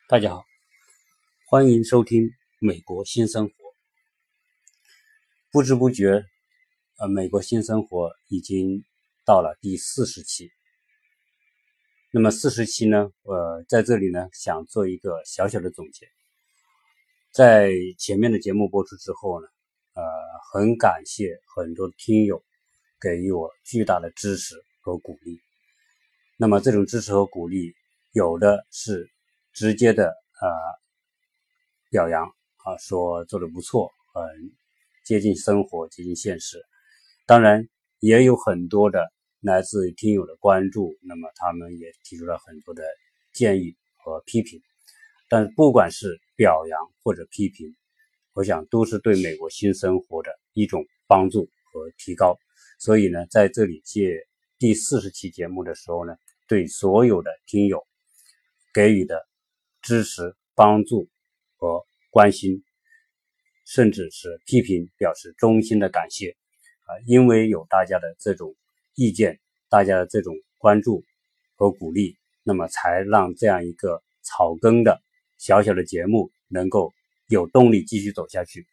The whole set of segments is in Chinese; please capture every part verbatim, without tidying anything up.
大家好，欢迎收听美国新生活。不知不觉，呃，美国新生活已经到了第四十期。那么四十期呢，呃，在这里呢，想做一个小小的总结。在前面的节目播出之后呢，呃，很感谢很多听友给予我巨大的支持和鼓励。那么这种支持和鼓励，有的是直接的呃表扬啊，说做得不错，很、呃、接近生活，接近现实。当然也有很多的来自听友的关注，那么他们也提出了很多的建议和批评。但是不管是表扬或者批评，我想都是对美国新生活的一种帮助和提高。所以呢，在这里借第四十期节目的时候呢，对所有的听友给予的支持、帮助和关心，甚至是批评，表示衷心的感谢啊！因为有大家的这种意见，大家的这种关注和鼓励，那么才让这样一个草根的小小的节目能够有动力继续走下去。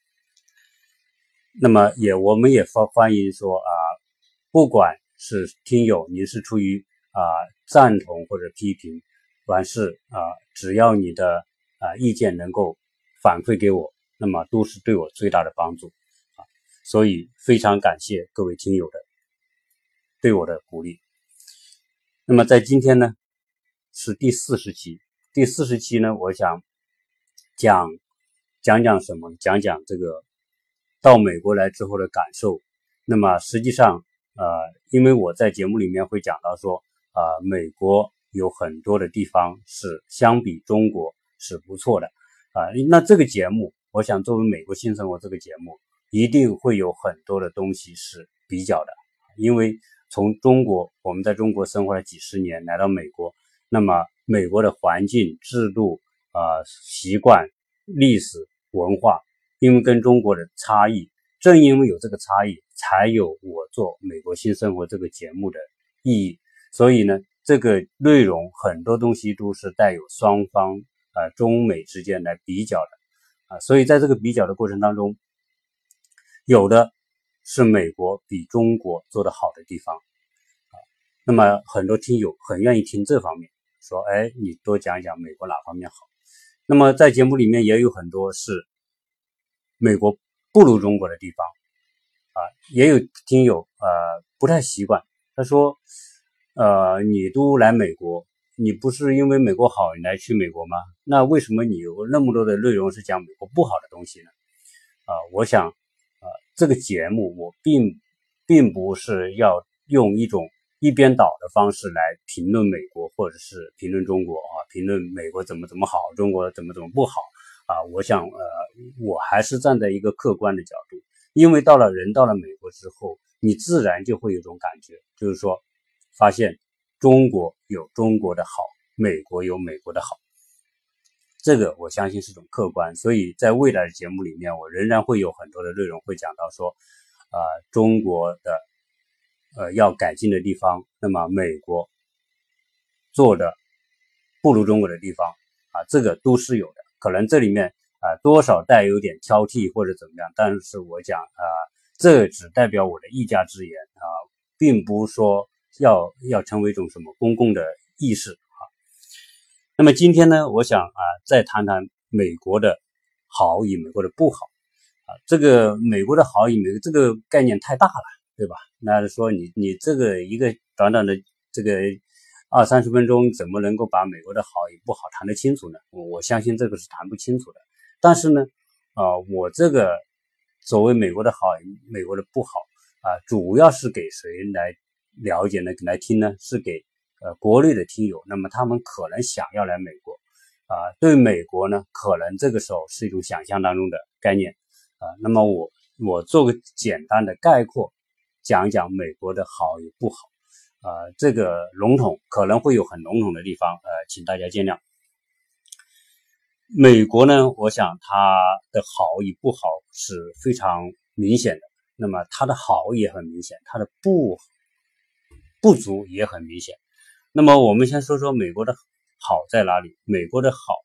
那么也我们也欢迎说啊，不管是听友您是出于啊赞同或者批评，完事啊，只要你的啊意见能够反馈给我，那么都是对我最大的帮助啊。所以非常感谢各位听友的对我的鼓励。那么在今天呢，是第四十期，第四十期呢，我想讲讲讲什么？讲讲这个到美国来之后的感受。那么实际上呃，因为我在节目里面会讲到说啊、呃，美国有很多的地方是相比中国是不错的啊、呃。那这个节目，我想作为美国新生活这个节目，一定会有很多的东西是比较的，因为从中国，我们在中国生活了几十年，来到美国，那么美国的环境、制度、呃习惯、历史、文化，因为跟中国的差异，正因为有这个差异，才有我做美国新生活这个节目的意义。所以呢，这个内容很多东西都是带有双方呃中美之间来比较的啊，所以在这个比较的过程当中，有的是美国比中国做得好的地方啊，那么很多听友很愿意听这方面，说哎，你多讲一讲美国哪方面好。那么在节目里面也有很多是美国不如中国的地方啊，也有听友呃不太习惯，他说呃你都来美国，你不是因为美国好你来去美国吗？那为什么你有那么多的内容是讲美国不好的东西呢？啊，我想呃这个节目我并并不是要用一种一边倒的方式来评论美国或者是评论中国啊，评论美国怎么怎么好，中国怎么怎么不好啊。我想呃我还是站在一个客观的角度，因为到了人到了美国之后，你自然就会有一种感觉，就是说发现中国有中国的好，美国有美国的好，这个我相信是种客观。所以在未来的节目里面，我仍然会有很多的内容会讲到说呃中国的呃要改进的地方，那么美国做的不如中国的地方啊，这个都是有的。可能这里面啊、呃、多少带有点挑剔或者怎么样，但是我讲啊、呃、这只代表我的一家之言啊、呃，并不说要要成为一种什么公共的意识啊。那么今天呢，我想啊、呃、再谈谈美国的好与美国的不好啊。这个美国的好与美国这个概念太大了，对吧？那说你你这个一个短短的这个二三十分钟，怎么能够把美国的好与不好谈得清楚呢？我我相信这个是谈不清楚的。但是呢，呃，我这个所谓美国的好与美国的不好啊、呃，主要是给谁来了解呢？来听呢？是给呃国内的听友。那么他们可能想要来美国啊、呃，对美国呢，可能这个时候是一种想象当中的概念啊、呃。那么我我做个简单的概括，讲一讲美国的好与不好。呃，这个笼统可能会有很笼统的地方，呃，请大家见谅。美国呢，我想它的好与不好是非常明显的，那么它的好也很明显，它的不不足也很明显。那么我们先说说美国的好在哪里？美国的好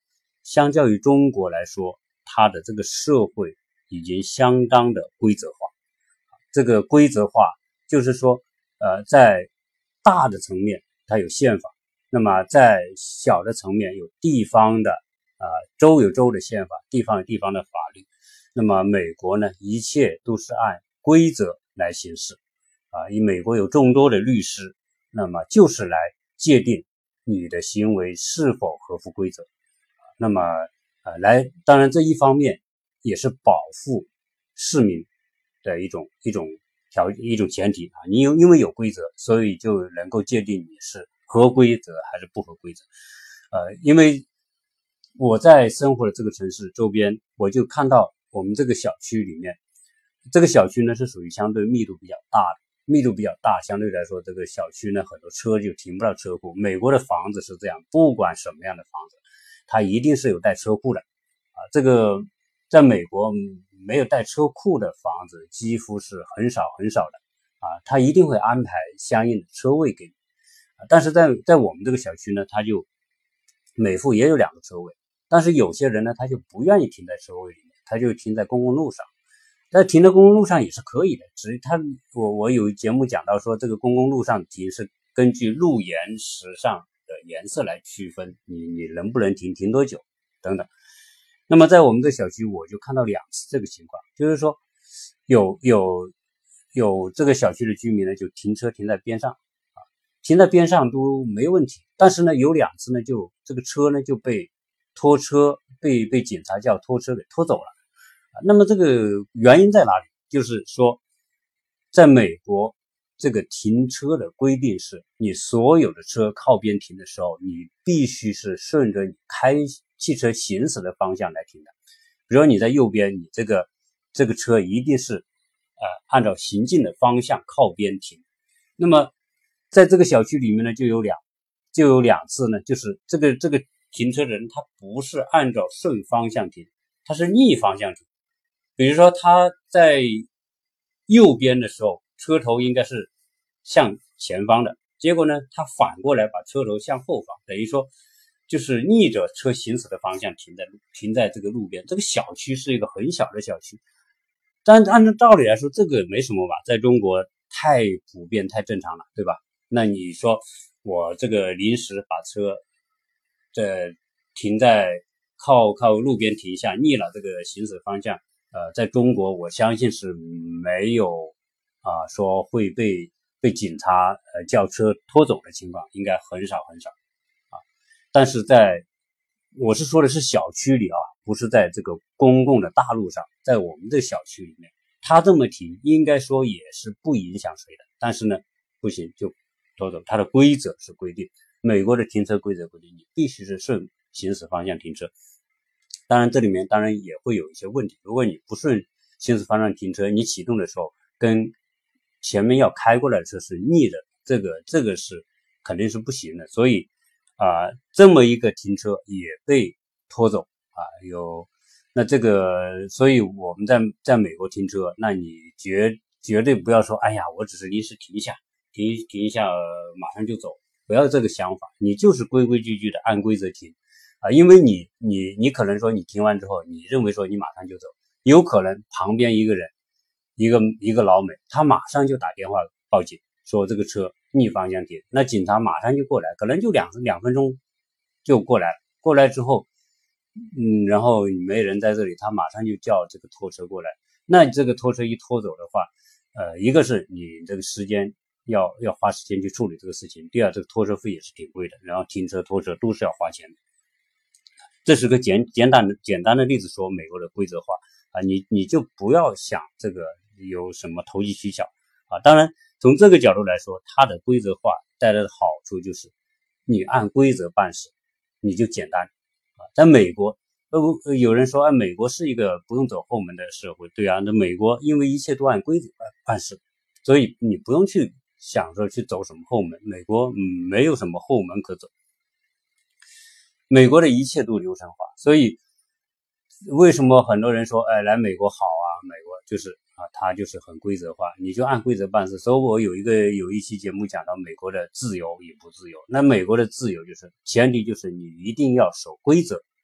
相较于中国来说，它的这个社会已经相当的规则化。这个规则化就是说，呃，在大的层面它有宪法，那么在小的层面有地方的，呃，州有州的宪法，地方有地方的法律。那么美国呢，一切都是按规则来行事啊，因为美国有众多的律师，那么就是来界定你的行为是否合乎规则。那么呃，来，当然这一方面也是保护市民的一种一种条一种前提啊，你有因为有规则，所以就能够界定你是合规则还是不合规则。呃，因为我在生活的这个城市周边，我就看到我们这个小区里面，这个小区呢是属于相对密度比较大的，密度比较大，相对来说这个小区呢很多车就停不到车库。美国的房子是这样，不管什么样的房子，它一定是有带车库的啊。这个在美国没有带车库的房子几乎是很少很少的啊，它一定会安排相应的车位给你。啊、但是在在我们这个小区呢，它就每户也有两个车位，但是有些人呢他就不愿意停在车位里面，他就停在公共路上。但停在公共路上也是可以的，只是他我我有节目讲到说，这个公共路上停是根据路沿石上的颜色来区分你你能不能停，停多久等等。那么在我们的小区我就看到两次这个情况，就是说有有有这个小区的居民呢就停车停在边上啊，停在边上都没问题，但是呢有两次呢就这个车呢就被拖车被被警察叫拖车给拖走了。那么这个原因在哪里？就是说在美国这个停车的规定是，你所有的车靠边停的时候，你必须是顺着你开汽车行驶的方向来停的。比如说你在右边，你这个这个车一定是呃按照行进的方向靠边停。那么在这个小区里面呢，就有两就有两次呢，就是这个这个停车的人他不是按照顺方向停，他是逆方向停。比如说他在右边的时候，车头应该是向前方的，结果呢他反过来把车头向后方，等于说就是逆着车行驶的方向停在停在这个路边。这个小区是一个很小的小区，但按照道理来说这个没什么吧，在中国太普遍太正常了，对吧？那你说我这个临时把车这停在靠靠路边停下，逆了这个行驶方向，呃，在中国我相信是没有啊、呃、说会被被警察呃叫车拖走的情况，应该很少很少啊。但是在我是说的是小区里啊，不是在这个公共的大路上，在我们的小区里面，他这么停应该说也是不影响谁的，但是呢不行就拖走。它的规则是规定，美国的停车规则规定你必须是顺行驶方向停车。当然这里面当然也会有一些问题，如果你不顺行驶方向停车，你启动的时候跟前面要开过来的车是逆的，这个这个是肯定是不行的。所以啊、呃，这么一个停车也被拖走啊，有那这个，所以我们在在美国停车，那你绝绝对不要说，哎呀，我只是临时停一下，停停一下、呃、马上就走，不要这个想法，你就是规规矩矩的按规则停。啊，因为你你你可能说你停完之后，你认为说你马上就走，有可能旁边一个人，一个一个老美，他马上就打电话报警，说这个车逆方向停，那警察马上就过来，可能就两两分钟就过来了。过来之后，嗯，然后没人在这里，他马上就叫这个拖车过来。那这个拖车一拖走的话，呃，一个是你这个时间要要花时间去处理这个事情，第二，这个拖车费也是挺贵的，然后停车拖车都是要花钱的。这是个简简单的简单的例子，说美国的规则化啊，你你就不要想这个有什么投机取巧啊。当然，从这个角度来说，它的规则化带来的好处就是你按规则办事，你就简单啊。在美国，呃，有人说，啊，美国是一个不用走后门的社会，对啊，那美国因为一切都按规则办事，所以你不用去想说去走什么后门，美国嗯没有什么后门可走。美国的一切都流程化，所以为什么很多人说，哎，来美国好啊？美国就是啊，它就是很规则化，你就按规则办事。所以我有一个有一期节目讲到美国的自由与不自由。那美国的自由就是前提就是你一定要守规则，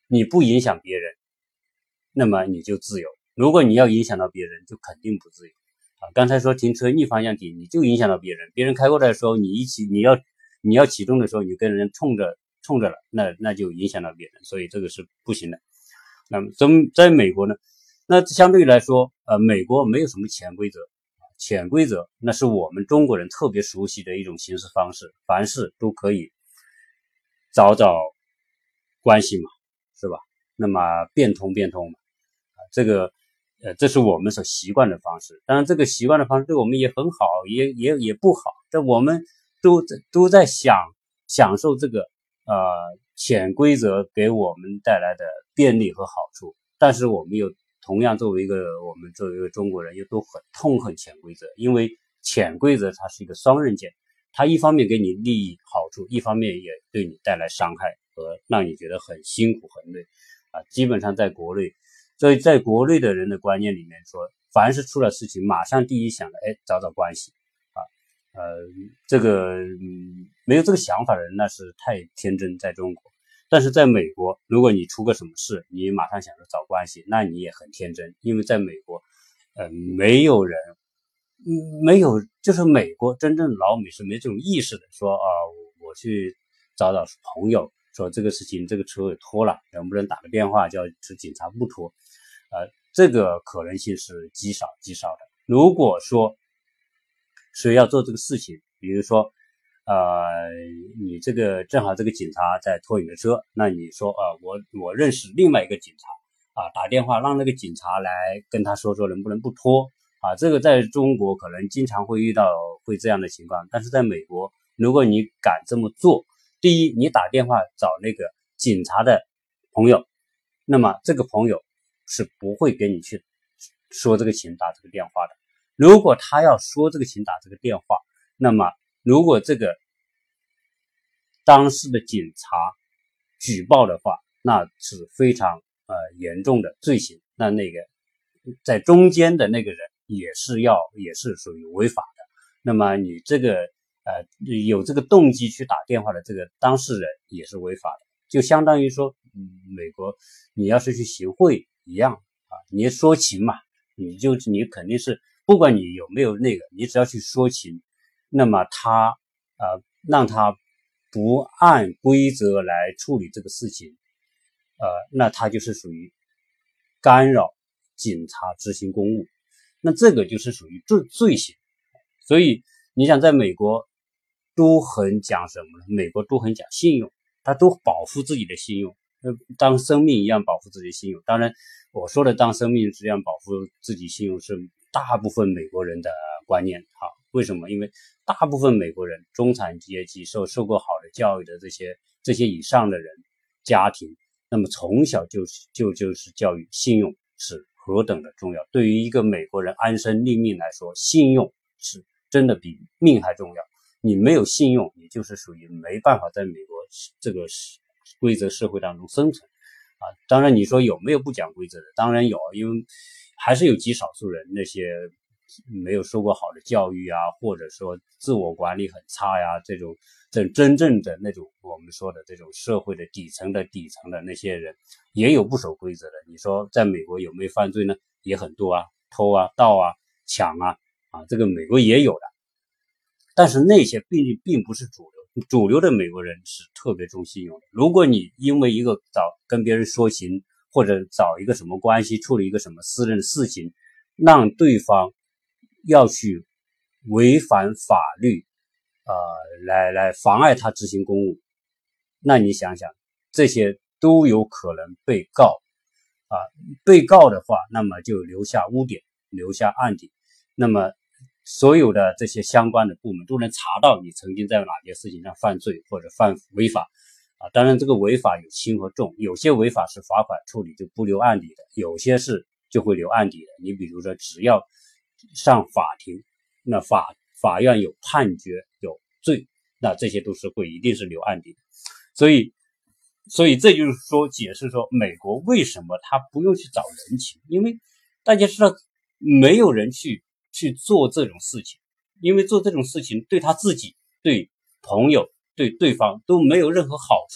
你不影响别人，那么你就自由。如果你要影响到别人，就肯定不自由啊。刚才说停车逆方向停，你就影响到别人，别人开过来的时候，你一起你要你要启动的时候，你跟人冲着冲着了，那那就影响到别人，所以这个是不行的。那么在在美国呢，那相对来说，呃，美国没有什么潜规则，潜规则那是我们中国人特别熟悉的一种行事方式，凡事都可以找找关系嘛，是吧？那么变通变通嘛，啊，这个呃，这是我们所习惯的方式。当然，这个习惯的方式对我们也很好，也也也不好。这我们都都在享享受这个呃潜规则给我们带来的便利和好处，但是我们又同样作为一个我们作为一个中国人，又都很痛恨潜规则，因为潜规则它是一个双刃剑，它一方面给你利益好处，一方面也对你带来伤害和让你觉得很辛苦很累啊。基本上在国内。所以在国内的人的观念里面说，凡是出了事情，马上第一想的，哎，找找关系啊，呃，这个、嗯、没有这个想法的人，那是太天真，在中国。但是在美国，如果你出个什么事，你马上想着找关系，那你也很天真，因为在美国，呃，没有人，嗯，没有，就是美国真正老美是没这种意识的，说啊，我去找找朋友。说这个事情这个车给拖了，能不能打个电话叫警察不拖，呃，这个可能性是极少极少的。如果说谁要做这个事情，比如说呃，你这个正好这个警察在拖你的车，那你说啊、呃，我我认识另外一个警察啊，打电话让那个警察来跟他说说能不能不拖啊，这个在中国可能经常会遇到会这样的情况，但是在美国，如果你敢这么做，第一，你打电话找那个警察的朋友，那么这个朋友是不会给你去说这个请打这个电话的。如果他要说这个请打这个电话，那么如果这个当时的警察举报的话，那是非常呃严重的罪行。那那个在中间的那个人也是要也是属于违法的。那么你这个呃，有这个动机去打电话的这个当事人也是违法的，就相当于说，嗯，美国你要是去行贿一样啊，你说情嘛，你就你肯定是不管你有没有那个，你只要去说情，那么他呃让他不按规则来处理这个事情，呃，那他就是属于干扰警察执行公务，那这个就是属于罪罪行，所以你想在美国。都很讲什么呢？美国都很讲信用，他都保护自己的信用，当生命一样保护自己的信用。当然，我说的当生命这样保护自己信用是大部分美国人的观念。好，为什么？因为大部分美国人，中产阶级受受过好的教育的这些这些以上的人家庭，那么从小就是就就是教育信用是何等的重要。对于一个美国人安身立命来说，信用是真的比命还重要。你没有信用，你就是属于没办法在美国这个规则社会当中生存啊。当然你说有没有不讲规则的？当然有，因为还是有极少数人，那些没有受过好的教育啊，或者说自我管理很差呀，这种这真正的那种我们说的这种社会的底层的底层的那些人，也有不守规则的。你说在美国有没有犯罪呢？也很多啊，偷啊、盗啊、抢啊，啊，这个美国也有的。但是那些并并不是主流，主流的美国人是特别重信用的。如果你因为一个找跟别人说情，或者找一个什么关系，处理一个什么私人的事情，让对方要去违反法律，呃，来来妨碍他执行公务，那你想想，这些都有可能被告啊。被告的话，那么就留下污点，留下案底，那么。所有的这些相关的部门都能查到你曾经在哪件事情上犯罪或者犯违法啊。当然这个违法有轻和重，有些违法是罚款处理就不留案底的，有些是就会留案底的。你比如说只要上法庭，那法法院有判决有罪，那这些都是会一定是留案底的。所以所以这就是说解释说美国为什么他不用去找人情，因为大家知道没有人去去做这种事情，因为做这种事情对他自己、对朋友、对对方都没有任何好处，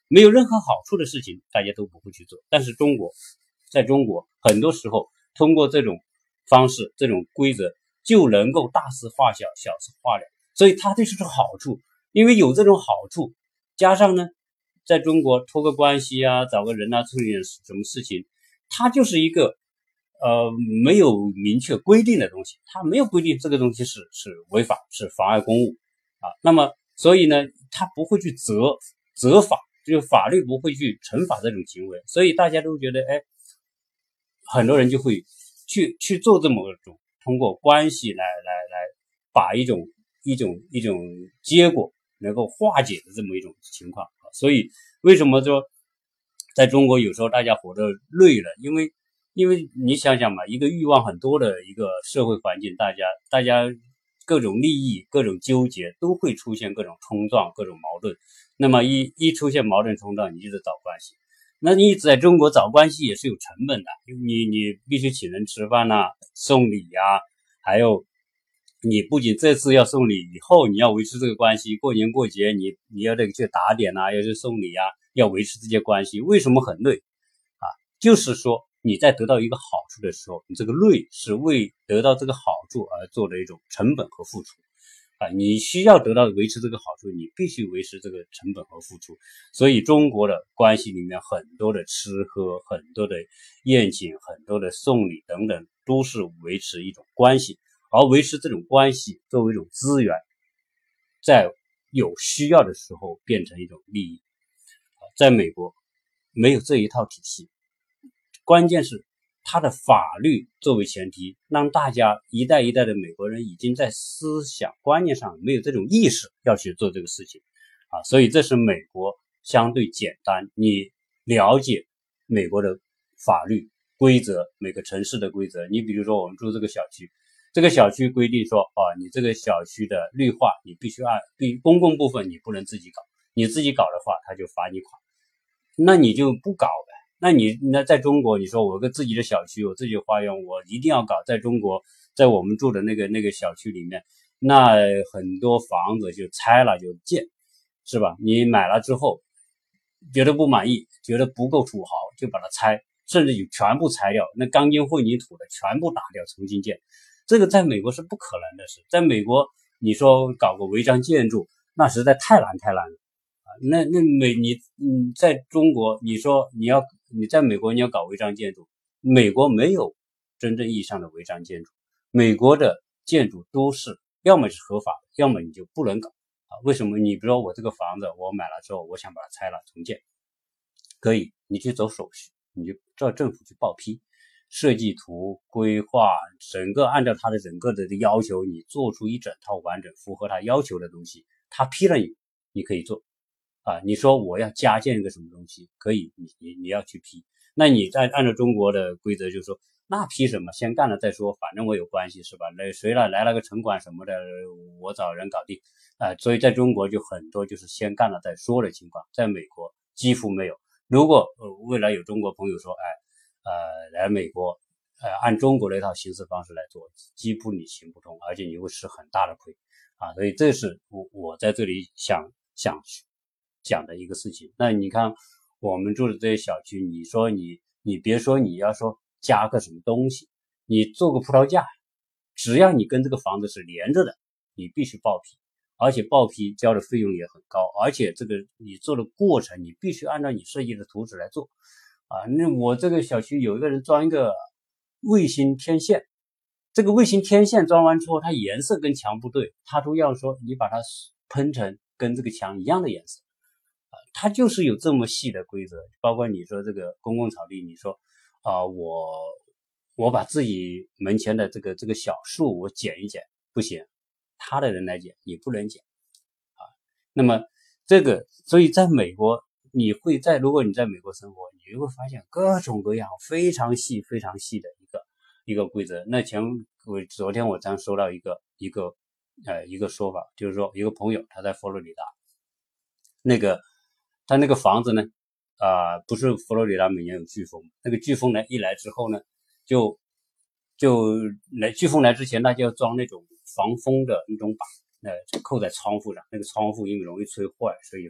没有任何好处的事情，大家都不会去做。但是中国，在中国很多时候通过这种方式、这种规则，就能够大事化小，小事化了。所以它这是好处，因为有这种好处，加上呢，在中国托个关系啊，找个人啊，处理点什么事情，它就是一个呃没有明确规定的东西，它没有规定这个东西是是违法，是妨碍公务啊。那么所以呢，它不会去责责法，就是法律不会去惩罚这种行为，所以大家都觉得，哎，很多人就会去去做这么一种通过关系来来来把一种一种一种结果能够化解的这么一种情况。所以为什么说在中国有时候大家活得累了，因为因为你想想嘛，一个欲望很多的一个社会环境，大家大家各种利益各种纠结，都会出现各种冲撞各种矛盾。那么一一出现矛盾冲撞，你就得找关系，那你在中国找关系也是有成本的，你你必须请人吃饭啊，送礼啊，还有你不仅这次要送礼，以后你要维持这个关系，过年过节你你要得去打点啊，要去送礼啊，要维持这些关系。为什么很累啊？就是说你在得到一个好处的时候，你这个累是为得到这个好处而做的一种成本和付出啊，你需要得到维持这个好处，你必须维持这个成本和付出。所以中国的关系里面很多的吃喝，很多的宴请，很多的送礼等等，都是维持一种关系，而维持这种关系作为一种资源，在有需要的时候变成一种利益。在美国没有这一套体系，关键是它的法律作为前提，让大家一代一代的美国人已经在思想观念上没有这种意识要去做这个事情啊，所以这是美国相对简单，你了解美国的法律规则，每个城市的规则。你比如说我们住这个小区，这个小区规定说啊，你这个小区的绿化你必须按公共部分你不能自己搞，你自己搞的话他就罚你款，那你就不搞呗。那你那在中国，你说我有个自己的小区，我自己的花园，我一定要搞。在中国，在我们住的那个那个小区里面，那很多房子就拆了就建，是吧？你买了之后觉得不满意，觉得不够土豪，就把它拆，甚至有全部拆掉，那钢筋混凝土的全部打掉，重新建。这个在美国是不可能的事。在美国，你说搞个违章建筑，那实在太难太难了。那那美你你在中国，你说你要你在美国你要搞违章建筑，美国没有真正意义上的违章建筑，美国的建筑都是要么是合法的，要么你就不能搞啊。为什么？你比如说我这个房子我买了之后，我想把它拆了重建，可以，你去走手续，你就照政府去报批，设计图规划整个按照他的整个的要求，你做出一整套完整符合他要求的东西，他批了你，你可以做。啊，你说我要加建一个什么东西，可以，你你你要去批，那你在按照中国的规则，就是说，那批什么，先干了再说，反正我有关系是吧？那谁来来了个城管什么的，我找人搞定啊、呃。所以在中国就很多就是先干了再说的情况，在美国几乎没有。如果、呃、未来有中国朋友说，哎，呃，来美国，呃，按中国的一套行事方式来做，几乎你行不通，而且你会吃很大的亏啊。所以这是我我在这里想想讲的一个事情。那你看我们住的这些小区，你说你你别说你要说加个什么东西，你做个葡萄架，只要你跟这个房子是连着的，你必须报批，而且报批交的费用也很高，而且这个你做的过程你必须按照你设计的图纸来做啊。那我这个小区有一个人装一个卫星天线，这个卫星天线装完之后，它颜色跟墙不对，他都要说你把它喷成跟这个墙一样的颜色。它就是有这么细的规则，包括你说这个公共草地，你说啊、呃，我我把自己门前的这个这个小树我剪一剪，不行，他的人来剪，你不能剪啊。那么这个，所以在美国，你会在如果你在美国生活，你就会发现各种各样非常细非常细的一个一个规则。那前我昨天我刚收到一个一个呃一个说法，就是说一个朋友他在佛罗里达，那个。他那个房子呢，啊、呃，不是佛罗里达每年有飓风，那个飓风来一来之后呢，就就来飓风来之前，他就要装那种防风的那种板，呃，扣在窗户上。那个窗户因为容易吹坏，所以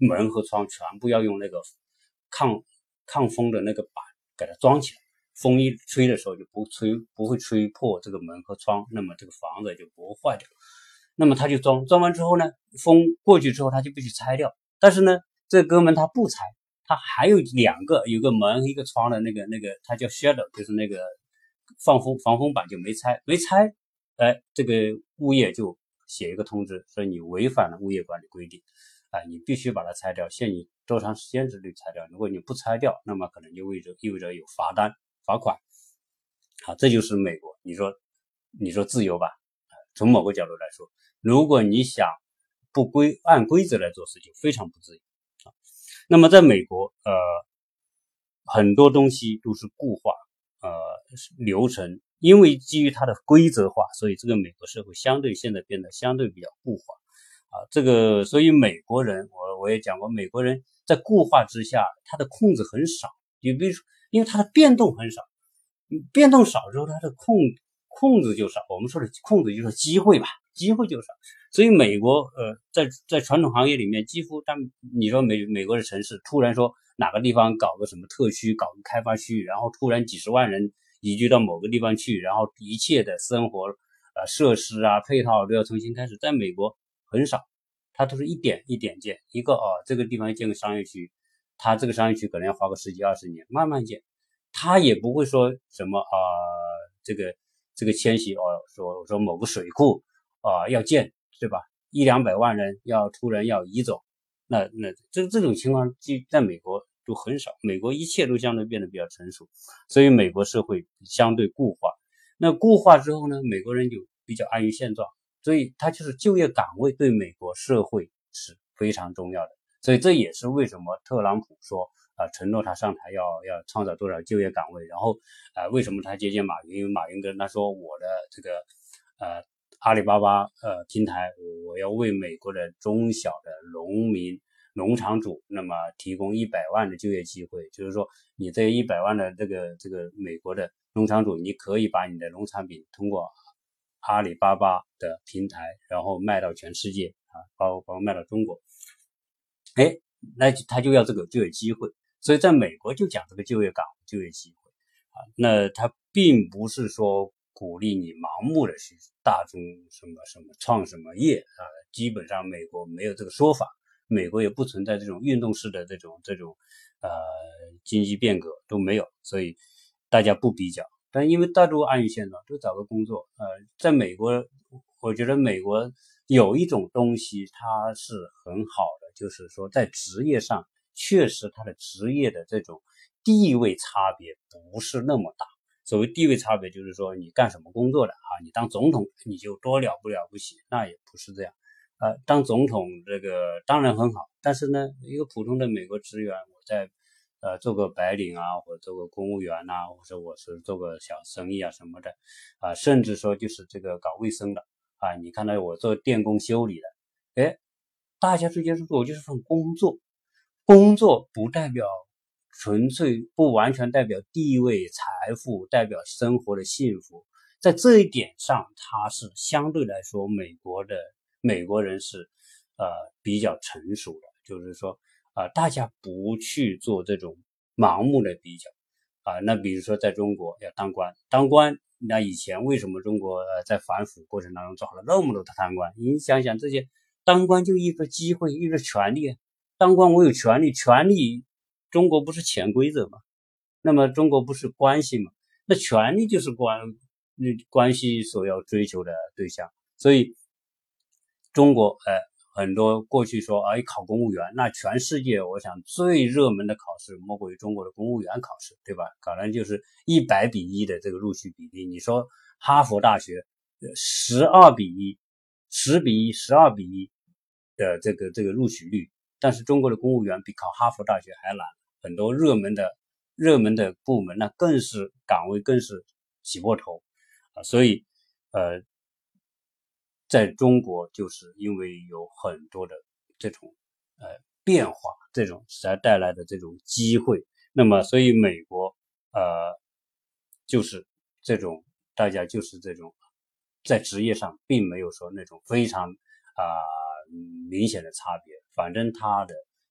门和窗全部要用那个抗抗风的那个板给它装起来，风一吹的时候就不吹不会吹破这个门和窗，那么这个房子就不会坏掉。那么他就装装完之后呢，风过去之后他就必须拆掉，但是呢这哥们他不拆，他还有两个，有个门一个窗的那个那个他叫 shadow， 就是那个放风防风板就没拆，没拆，哎，这个物业就写一个通知说你违反了物业管理规定，啊，你必须把它拆掉，限你多长时间之内拆掉，如果你不拆掉，那么可能就意味着意味着有罚单罚款。好，这就是美国，你说你说自由吧，从某个角度来说，如果你想不规按规则来做事，就非常不自由。那么在美国，呃，很多东西都是固化，呃，流程，因为基于它的规则化，所以这个美国社会相对现在变得相对比较固化啊。这个，所以美国人，我我也讲过，美国人在固化之下，他的控制很少。你比如说，因为它的变动很少，变动少之后，它的控控制就少。我们说的控制就是机会吧，机会就少。所以美国呃，在在传统行业里面，几乎当你说美美国的城市突然说哪个地方搞个什么特区，搞个开发区，然后突然几十万人移居到某个地方去，然后一切的生活呃设施啊配套都要重新开始。在美国很少，它都是一点一点建，一个哦这个地方建个商业区，它这个商业区可能要花个十几二十年慢慢建，它也不会说什么啊、呃、这个这个迁徙哦说说某个水库啊、呃、要建。对吧？一两百万人要突然要移走，那那这这种情况在美国都很少。美国一切都相对变得比较成熟，所以美国社会相对固化。那固化之后呢，美国人就比较安于现状，所以他就是就业岗位对美国社会是非常重要的。所以这也是为什么特朗普说啊、呃，承诺他上台要要创造多少就业岗位，然后啊、呃，为什么他接见马云？因为马云跟他说我的这个呃。阿里巴巴呃平台，我要为美国的中小的农民、农场主，那么提供一百万的就业机会。就是说，你这一百万的这个这个美国的农场主，你可以把你的农产品通过阿里巴巴的平台，然后卖到全世界啊，包包括卖到中国。哎，那他就要这个就业机会，所以在美国就讲这个就业岗、就业机会啊。那他并不是说鼓励你盲目的去大众什么什么创什么业啊，基本上美国没有这个说法，美国也不存在这种运动式的这种这种呃经济变革都没有，所以大家不比较。但因为大多安于现状，都找个工作。呃，在美国，我觉得美国有一种东西它是很好的，就是说在职业上确实它的职业的这种地位差别不是那么大。所谓地位差别就是说你干什么工作的啊，你当总统你就多了不了不起，那也不是这样。呃，当总统这个当然很好，但是呢，一个普通的美国职员，我在呃做个白领啊，或者做个公务员呐、啊，或者我是做个小生意啊什么的啊、呃，甚至说就是这个搞卫生的啊，你看到我做电工修理的，哎，大家之间说我就是份工作，工作不代表纯粹不完全代表地位、财富，代表生活的幸福。在这一点上，它是相对来说，美国的美国人是呃比较成熟的，就是说啊、呃，大家不去做这种盲目的比较啊、呃。那比如说在中国要当官，当官，那以前为什么中国呃在反腐过程当中找了那么多的贪官？你想想这些当官就意味着机会，意味着权利，当官我有权利，权利。中国不是潜规则吗？那么中国不是关系吗？那权利就是关关系所要追求的对象。所以中国呃很多过去说哎考公务员，那全世界我想最热门的考试莫过于中国的公务员考试，对吧？可能就是一百比一的这个录取比例。你说哈佛大学十二比一、十比一、十二比一的这个这个录取率，但是中国的公务员比考哈佛大学还难。很多热门的热门的部门，那更是岗位更是挤破头啊！所以呃，在中国就是因为有很多的这种呃变化，这种才带来的这种机会。那么，所以美国呃就是这种大家就是这种在职业上并没有说那种非常啊、呃、明显的差别，反正他的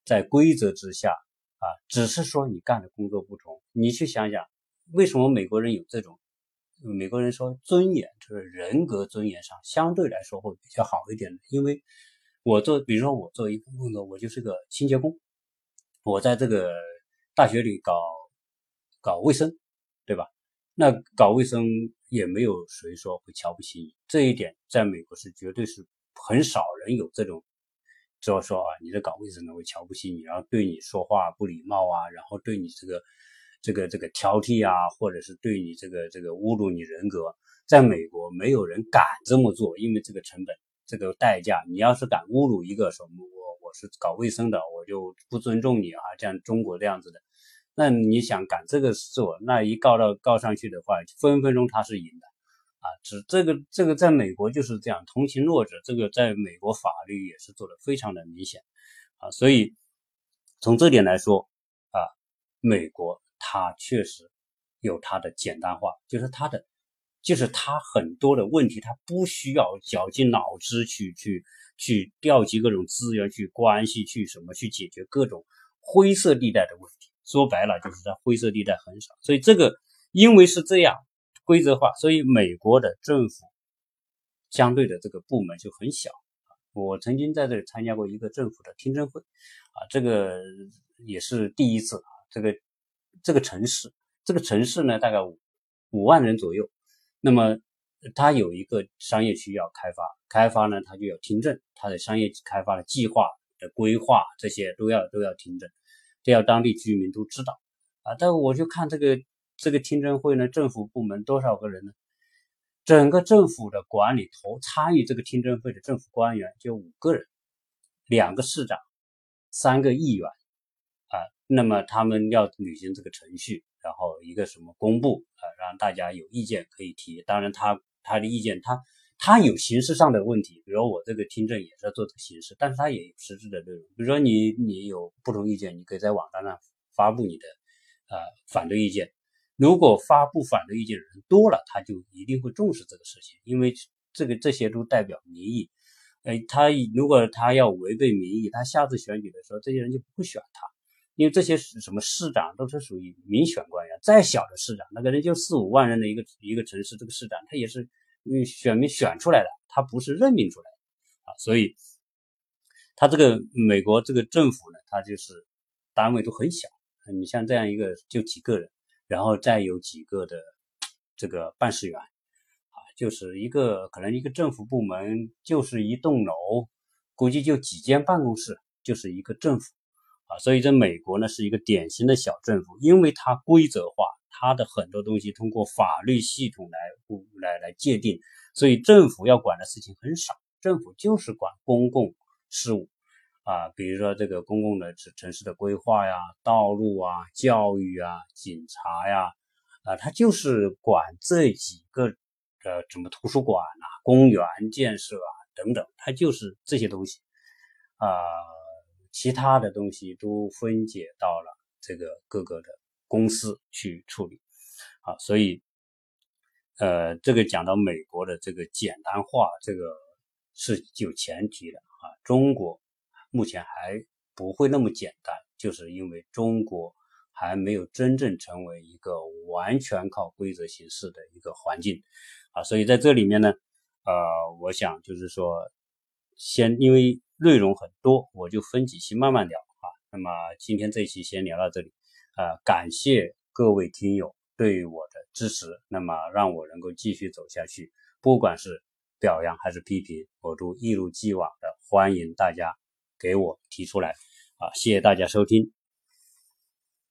在规则之下啊，只是说你干的工作不同。你去想想，为什么美国人有这种，美国人说尊严，就是人格尊严上相对来说会比较好一点的。因为我做，比如说我做一份工作，我就是个清洁工，我在这个大学里搞搞卫生，对吧？那搞卫生也没有谁说会瞧不起你，这一点在美国是绝对是很少人有这种，就是说啊，你这搞卫生的会瞧不起你，然后对你说话不礼貌啊，然后对你这个这个这个挑剔啊，或者是对你这个这个侮辱你人格，在美国没有人敢这么做，因为这个成本，这个代价，你要是敢侮辱一个什么我我是搞卫生的，我就不尊重你啊，这样中国这样子的。那你想敢这个做，那一告到告上去的话，分分钟他是赢的啊！只这个这个在美国就是这样，同情弱者，这个在美国法律也是做得非常的明显啊。所以从这点来说啊，美国它确实有它的简单化，就是它的就是它很多的问题，它不需要绞尽脑汁去去去调集各种资源、去关系、去什么去解决各种灰色地带的问题。说白了就是在灰色地带很少，所以这个因为是这样规则化，所以美国的政府相对的这个部门就很小。我曾经在这里参加过一个政府的听证会啊，这个也是第一次啊，这个这个城市这个城市呢大概五五万人左右，那么它有一个商业区要开发，开发呢它就要听证，它的商业开发的计划的规划这些都要都要听证，这要当地居民都知道啊。但我就看这个这个听证会呢，政府部门多少个人呢？整个政府的管理头参与这个听证会的政府官员就五个人，两个市长，三个议员啊。那么他们要履行这个程序，然后一个什么公布啊，让大家有意见可以提。当然他他的意见他他有形式上的问题，比如我这个听证也是要做这个形式，但是他也有实质的内容。比如说你你有不同意见，你可以在网站上发布你的呃反对意见。如果发布反对意见的人多了，他就一定会重视这个事情，因为这个这些都代表民意。呃，他如果他要违背民意，他下次选举的时候，这些人就不会选他，因为这些什么市长都是属于民选官员，再小的市长，那个人就四五万人的一个一个城市，这个市长他也是选民选出来的，他不是任命出来的啊。所以他这个美国这个政府呢，他就是单位都很小，你像这样一个就几个人。然后再有几个的这个办事员啊，就是一个可能一个政府部门就是一栋楼，估计就几间办公室，就是一个政府啊。所以在美国呢是一个典型的小政府，因为它规则化，它的很多东西通过法律系统来来来界定，所以政府要管的事情很少，政府就是管公共事务啊，比如说这个公共的城市的规划呀、道路啊、教育啊、警察呀，啊，它就是管这几个呃，什么图书馆啊、公园建设啊等等，它就是这些东西啊，其他的东西都分解到了这个各个的公司去处理啊，所以呃，这个讲到美国的这个简单化，这个是有前提的啊，中国目前还不会那么简单，就是因为中国还没有真正成为一个完全靠规则行事的一个环境啊，所以在这里面呢，呃，我想就是说，先因为内容很多，我就分几期慢慢聊啊。那么今天这一期先聊到这里，呃，感谢各位听友对我的支持，那么让我能够继续走下去，不管是表扬还是批评，我都一如既往的欢迎大家给我提出来啊，谢谢大家收听。